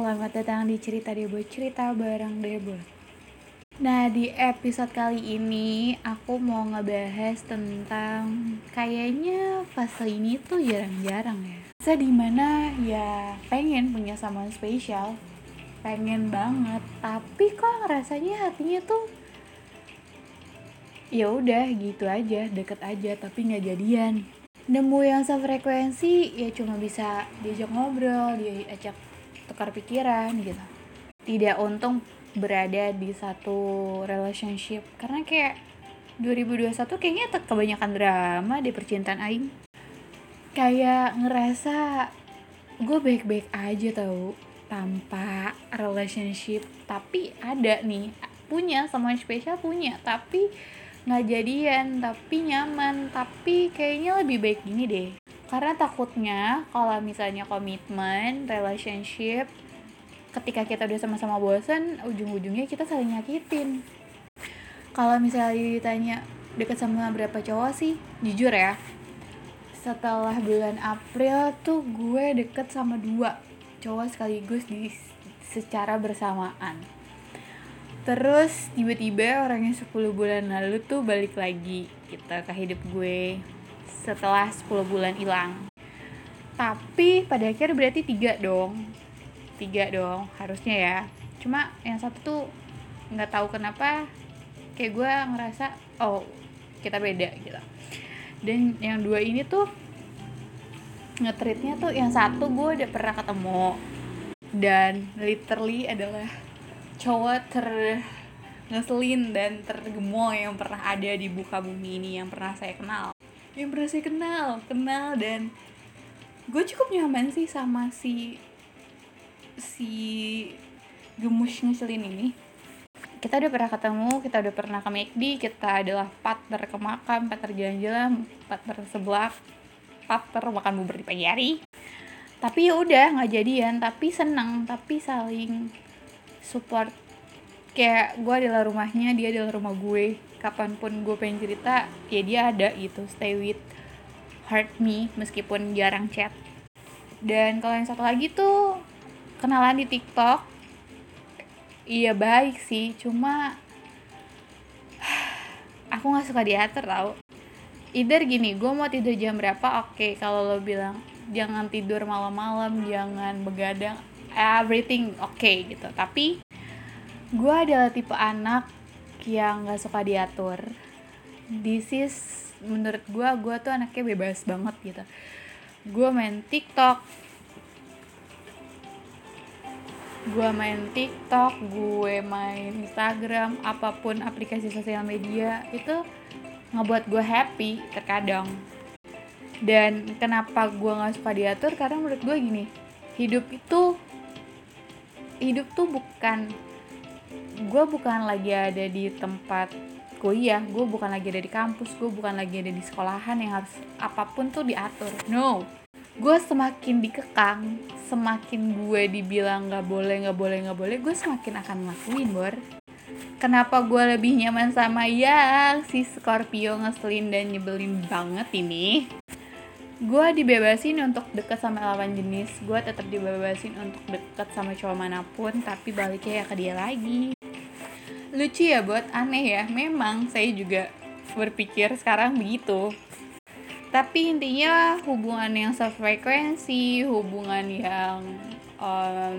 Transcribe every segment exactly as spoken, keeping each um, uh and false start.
selamat datang di Cerita Debot, cerita bareng Debot. Nah, di episode kali ini aku mau ngebahas tentang kayaknya fase ini tuh jarang-jarang ya. Fase dimana ya pengen punya someone spesial, pengen banget, tapi kok rasanya hatinya tuh ya udah gitu aja, deket aja tapi nggak jadian. Nemu yang sefrekuensi ya cuma bisa diajak ngobrol, diajak tukar pikiran gitu. Tidak untung berada di satu relationship karena kayak dua ribu dua puluh satu kayaknya kebanyakan drama di percintaan aing. Kayak ngerasa gue baik-baik aja tau tanpa relationship, tapi ada nih punya someone spesial punya tapi nggak jadian, tapi nyaman, tapi kayaknya lebih baik gini deh. Karena takutnya kalau misalnya komitmen, relationship, ketika kita udah sama-sama bosan, ujung-ujungnya kita saling nyakitin. Kalau misalnya ditanya deket sama berapa cowok sih, jujur ya, setelah bulan April tuh gue deket sama dua cowok sekaligus di secara bersamaan. Terus tiba-tiba orang yang sepuluh bulan lalu tuh balik lagi gitu ke hidup gue setelah sepuluh bulan hilang. Tapi pada akhirnya berarti tiga dong. Tiga dong harusnya ya. Cuma yang satu tuh nggak tahu kenapa kayak gue ngerasa oh kita beda gitu. Dan yang dua ini tuh nge-treatnya tuh yang satu gue udah pernah ketemu dan literally adalah cowok ter ngeselin dan tergemoy yang pernah ada di muka bumi ini, yang pernah saya kenal yang pernah saya kenal kenal dan gue cukup nyaman sih sama si si gemus ngeselin ini. Kita udah pernah ketemu, kita udah pernah ke McD, kita adalah partner ke makam, partner jalan-jalan, partner sebelah, partner makan bubur di pagi hari. Tapi ya udah nggak jadian, tapi seneng, tapi saling support. Kayak gue adalah rumahnya, dia adalah rumah gue. Kapanpun gue pengen cerita, ya dia ada gitu, stay with heart me meskipun jarang chat. Dan kalau yang satu lagi tuh kenalan di TikTok. Iya baik sih, cuma aku nggak suka diatur tau. Either gini, gue mau tidur jam berapa, oke. Okay. Kalau lo bilang jangan tidur malam-malam, jangan begadang, everything oke okay, gitu. Tapi gue adalah tipe anak yang nggak suka diatur. This is menurut gue, gue tuh anaknya bebas banget gitu. Gue main TikTok, gue main TikTok, gue main Instagram, apapun aplikasi sosial media itu ngebuat gue happy terkadang. Dan kenapa gue nggak suka diatur? Karena menurut gue gini, hidup itu hidup tuh bukan, gue bukan lagi ada di tempat kuliah, gue bukan lagi ada di kampus, gue bukan lagi ada di sekolahan yang harus apapun tuh diatur. No, gue semakin dikekang, semakin gue dibilang nggak boleh, nggak boleh, nggak boleh, gue semakin akan ngelakuin, bor. Kenapa gue lebih nyaman sama yang si Scorpio ngeselin dan nyebelin banget ini? Gue dibebasin untuk deket sama lawan jenis, gue tetap dibebasin untuk deket sama cowok manapun, tapi baliknya ya ke dia lagi. Lucu ya, buat aneh ya. Memang saya juga berpikir sekarang begitu. Tapi intinya hubungan yang sefrekuensi, hubungan yang um,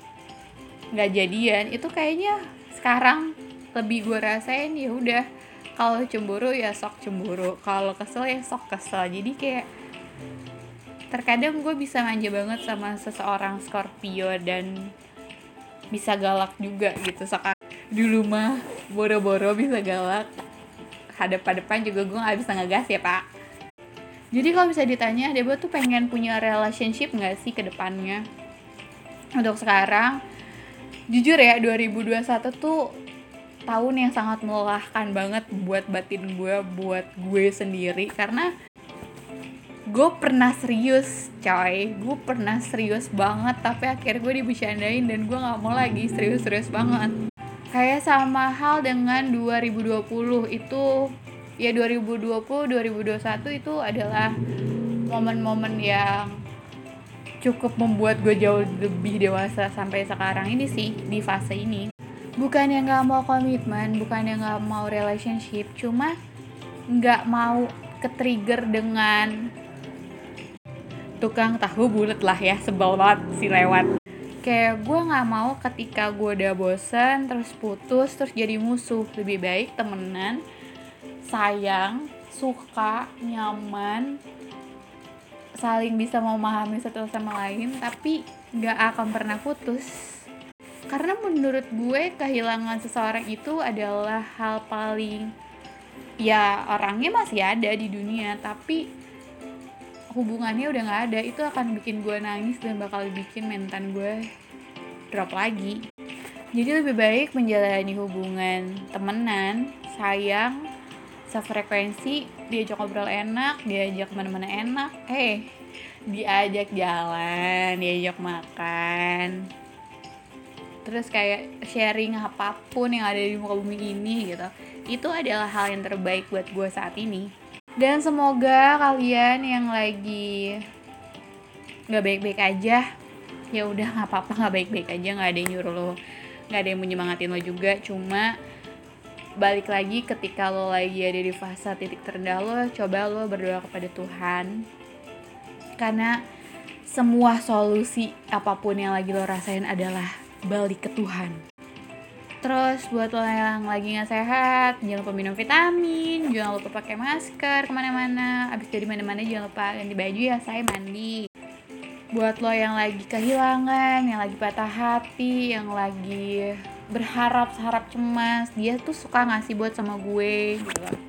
gak jadian, itu kayaknya sekarang lebih gue rasain ya udah, kalau cemburu ya sok cemburu, kalau kesel ya sok kesel. Jadi kayak terkadang gue bisa manja banget sama seseorang Scorpio dan bisa galak juga gitu. Sekarang dulu mah boro-boro bisa galak, hadap-hadapan juga gue nggak bisa ngegas ya pak. Jadi kalau bisa ditanya, Debo tuh pengen punya relationship nggak sih ke depannya? Untuk sekarang, jujur ya, dua ribu dua puluh satu tuh tahun yang sangat melelahkan banget buat batin gue, buat gue sendiri. Karena gue pernah serius coy, gue pernah serius banget, tapi akhirnya gue dibicarain dan gue gak mau lagi serius-serius banget. Kayak sama hal dengan dua ribu dua puluh itu, ya dua ribu dua puluh, dua ribu dua puluh satu itu adalah momen-momen yang cukup membuat gue jauh lebih dewasa sampai sekarang ini sih, di fase ini. Bukan yang gak mau komitmen, bukan yang gak mau relationship, cuma gak mau ke-trigger dengan tukang tahu bulat lah ya, sebel banget si lewat. Kayak gue gak mau ketika gue udah bosen, terus putus, terus jadi musuh. Lebih baik temenan, sayang, suka, nyaman, saling bisa memahami satu sama lain, tapi gak akan pernah putus. Karena menurut gue kehilangan seseorang itu adalah hal paling, ya orangnya masih ada di dunia, tapi hubungannya udah gak ada. Itu akan bikin gue nangis dan bakal bikin mental gue drop lagi. Jadi lebih baik menjalani hubungan temenan, sayang, sefrekuensi, diajak ngobrol enak, diajak kemana-mana enak, eh diajak jalan, diajak makan, terus kayak sharing apapun yang ada di muka bumi ini gitu. Itu adalah hal yang terbaik buat gue saat ini. Dan semoga kalian yang lagi nggak baik-baik aja, ya udah nggak apa-apa, nggak baik-baik aja, nggak ada yang nyuruh lo, nggak ada yang menyemangatin lo juga. Cuma balik lagi, ketika lo lagi ada di fase titik terendah lo, coba lo berdoa kepada Tuhan, karena semua solusi apapun yang lagi lo rasain adalah balik ke Tuhan. Terus buat lo yang lagi gak sehat, jangan lupa minum vitamin, jangan lupa pakai masker kemana-mana. Abis dari mana-mana jangan lupa ganti baju ya, saya mandi. Buat lo yang lagi kehilangan, yang lagi patah hati, yang lagi berharap, harap cemas, dia tuh suka ngasih buat sama gue gitu loh.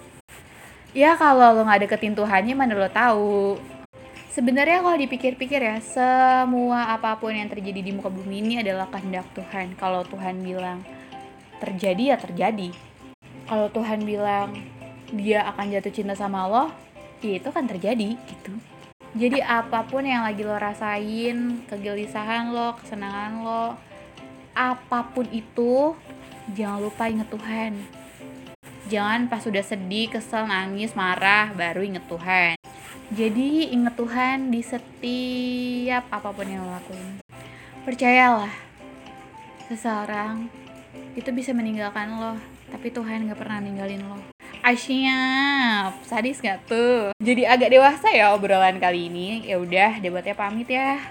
Ya kalau lo gak deketin Tuhannya, mana lo tahu. Sebenarnya kalau dipikir-pikir ya, semua apapun yang terjadi di muka bumi ini adalah kehendak Tuhan. Kalau Tuhan bilang terjadi, ya terjadi. Kalau Tuhan bilang dia akan jatuh cinta sama lo, ya itu kan terjadi gitu. Jadi apapun yang lagi lo rasain, kegelisahan lo, kesenangan lo, apapun itu, jangan lupa inget Tuhan. Jangan pas udah sedih, kesel, nangis, marah, baru inget Tuhan. Jadi inget Tuhan di setiap apapun yang lo lakuin. Percayalah, seseorang itu bisa meninggalkan lo, tapi Tuhan gak pernah ninggalin lo. Asyap, sadis gak tuh? Jadi agak dewasa ya obrolan kali ini. Ya udah, debatnya pamit ya.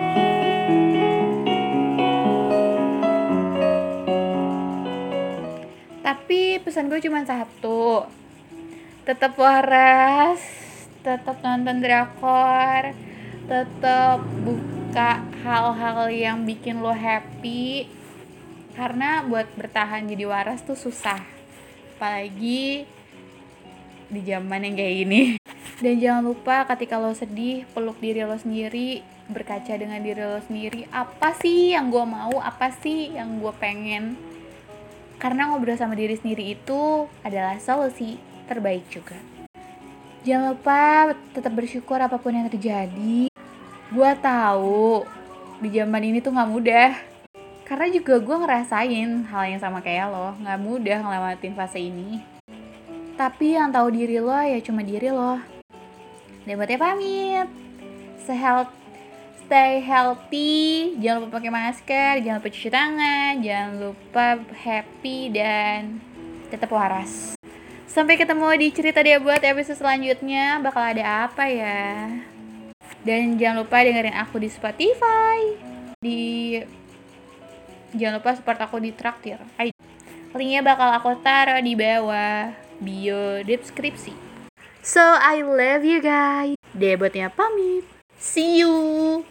Tapi pesan gue cuma satu, tetap waras, tetap nonton drakor, tetap buka hal-hal yang bikin lo happy. Karena buat bertahan jadi waras tuh susah, apalagi di zaman yang kayak gini. Dan jangan lupa ketika lo sedih, peluk diri lo sendiri, berkaca dengan diri lo sendiri. Apa sih yang gue mau, apa sih yang gue pengen. Karena ngobrol sama diri sendiri itu adalah solusi terbaik juga. Jangan lupa tetap bersyukur apapun yang terjadi. Gue tahu di zaman ini tuh gak mudah. Karena juga gue ngerasain hal yang sama kayak lo, gak mudah ngelewatin fase ini. Tapi yang tahu diri lo ya cuma diri lo. Debatnya pamit. Sehat, stay healthy, jangan lupa pakai masker, jangan lupa cuci tangan, jangan lupa happy dan tetap waras. Sampai ketemu di cerita dia buat episode selanjutnya. Bakal ada apa ya? Dan jangan lupa dengerin aku di Spotify. Di Jangan lupa support aku di Traktir. Linknya bakal aku taruh di bawah bio deskripsi. So I love you guys. Debutnya pamit. See you.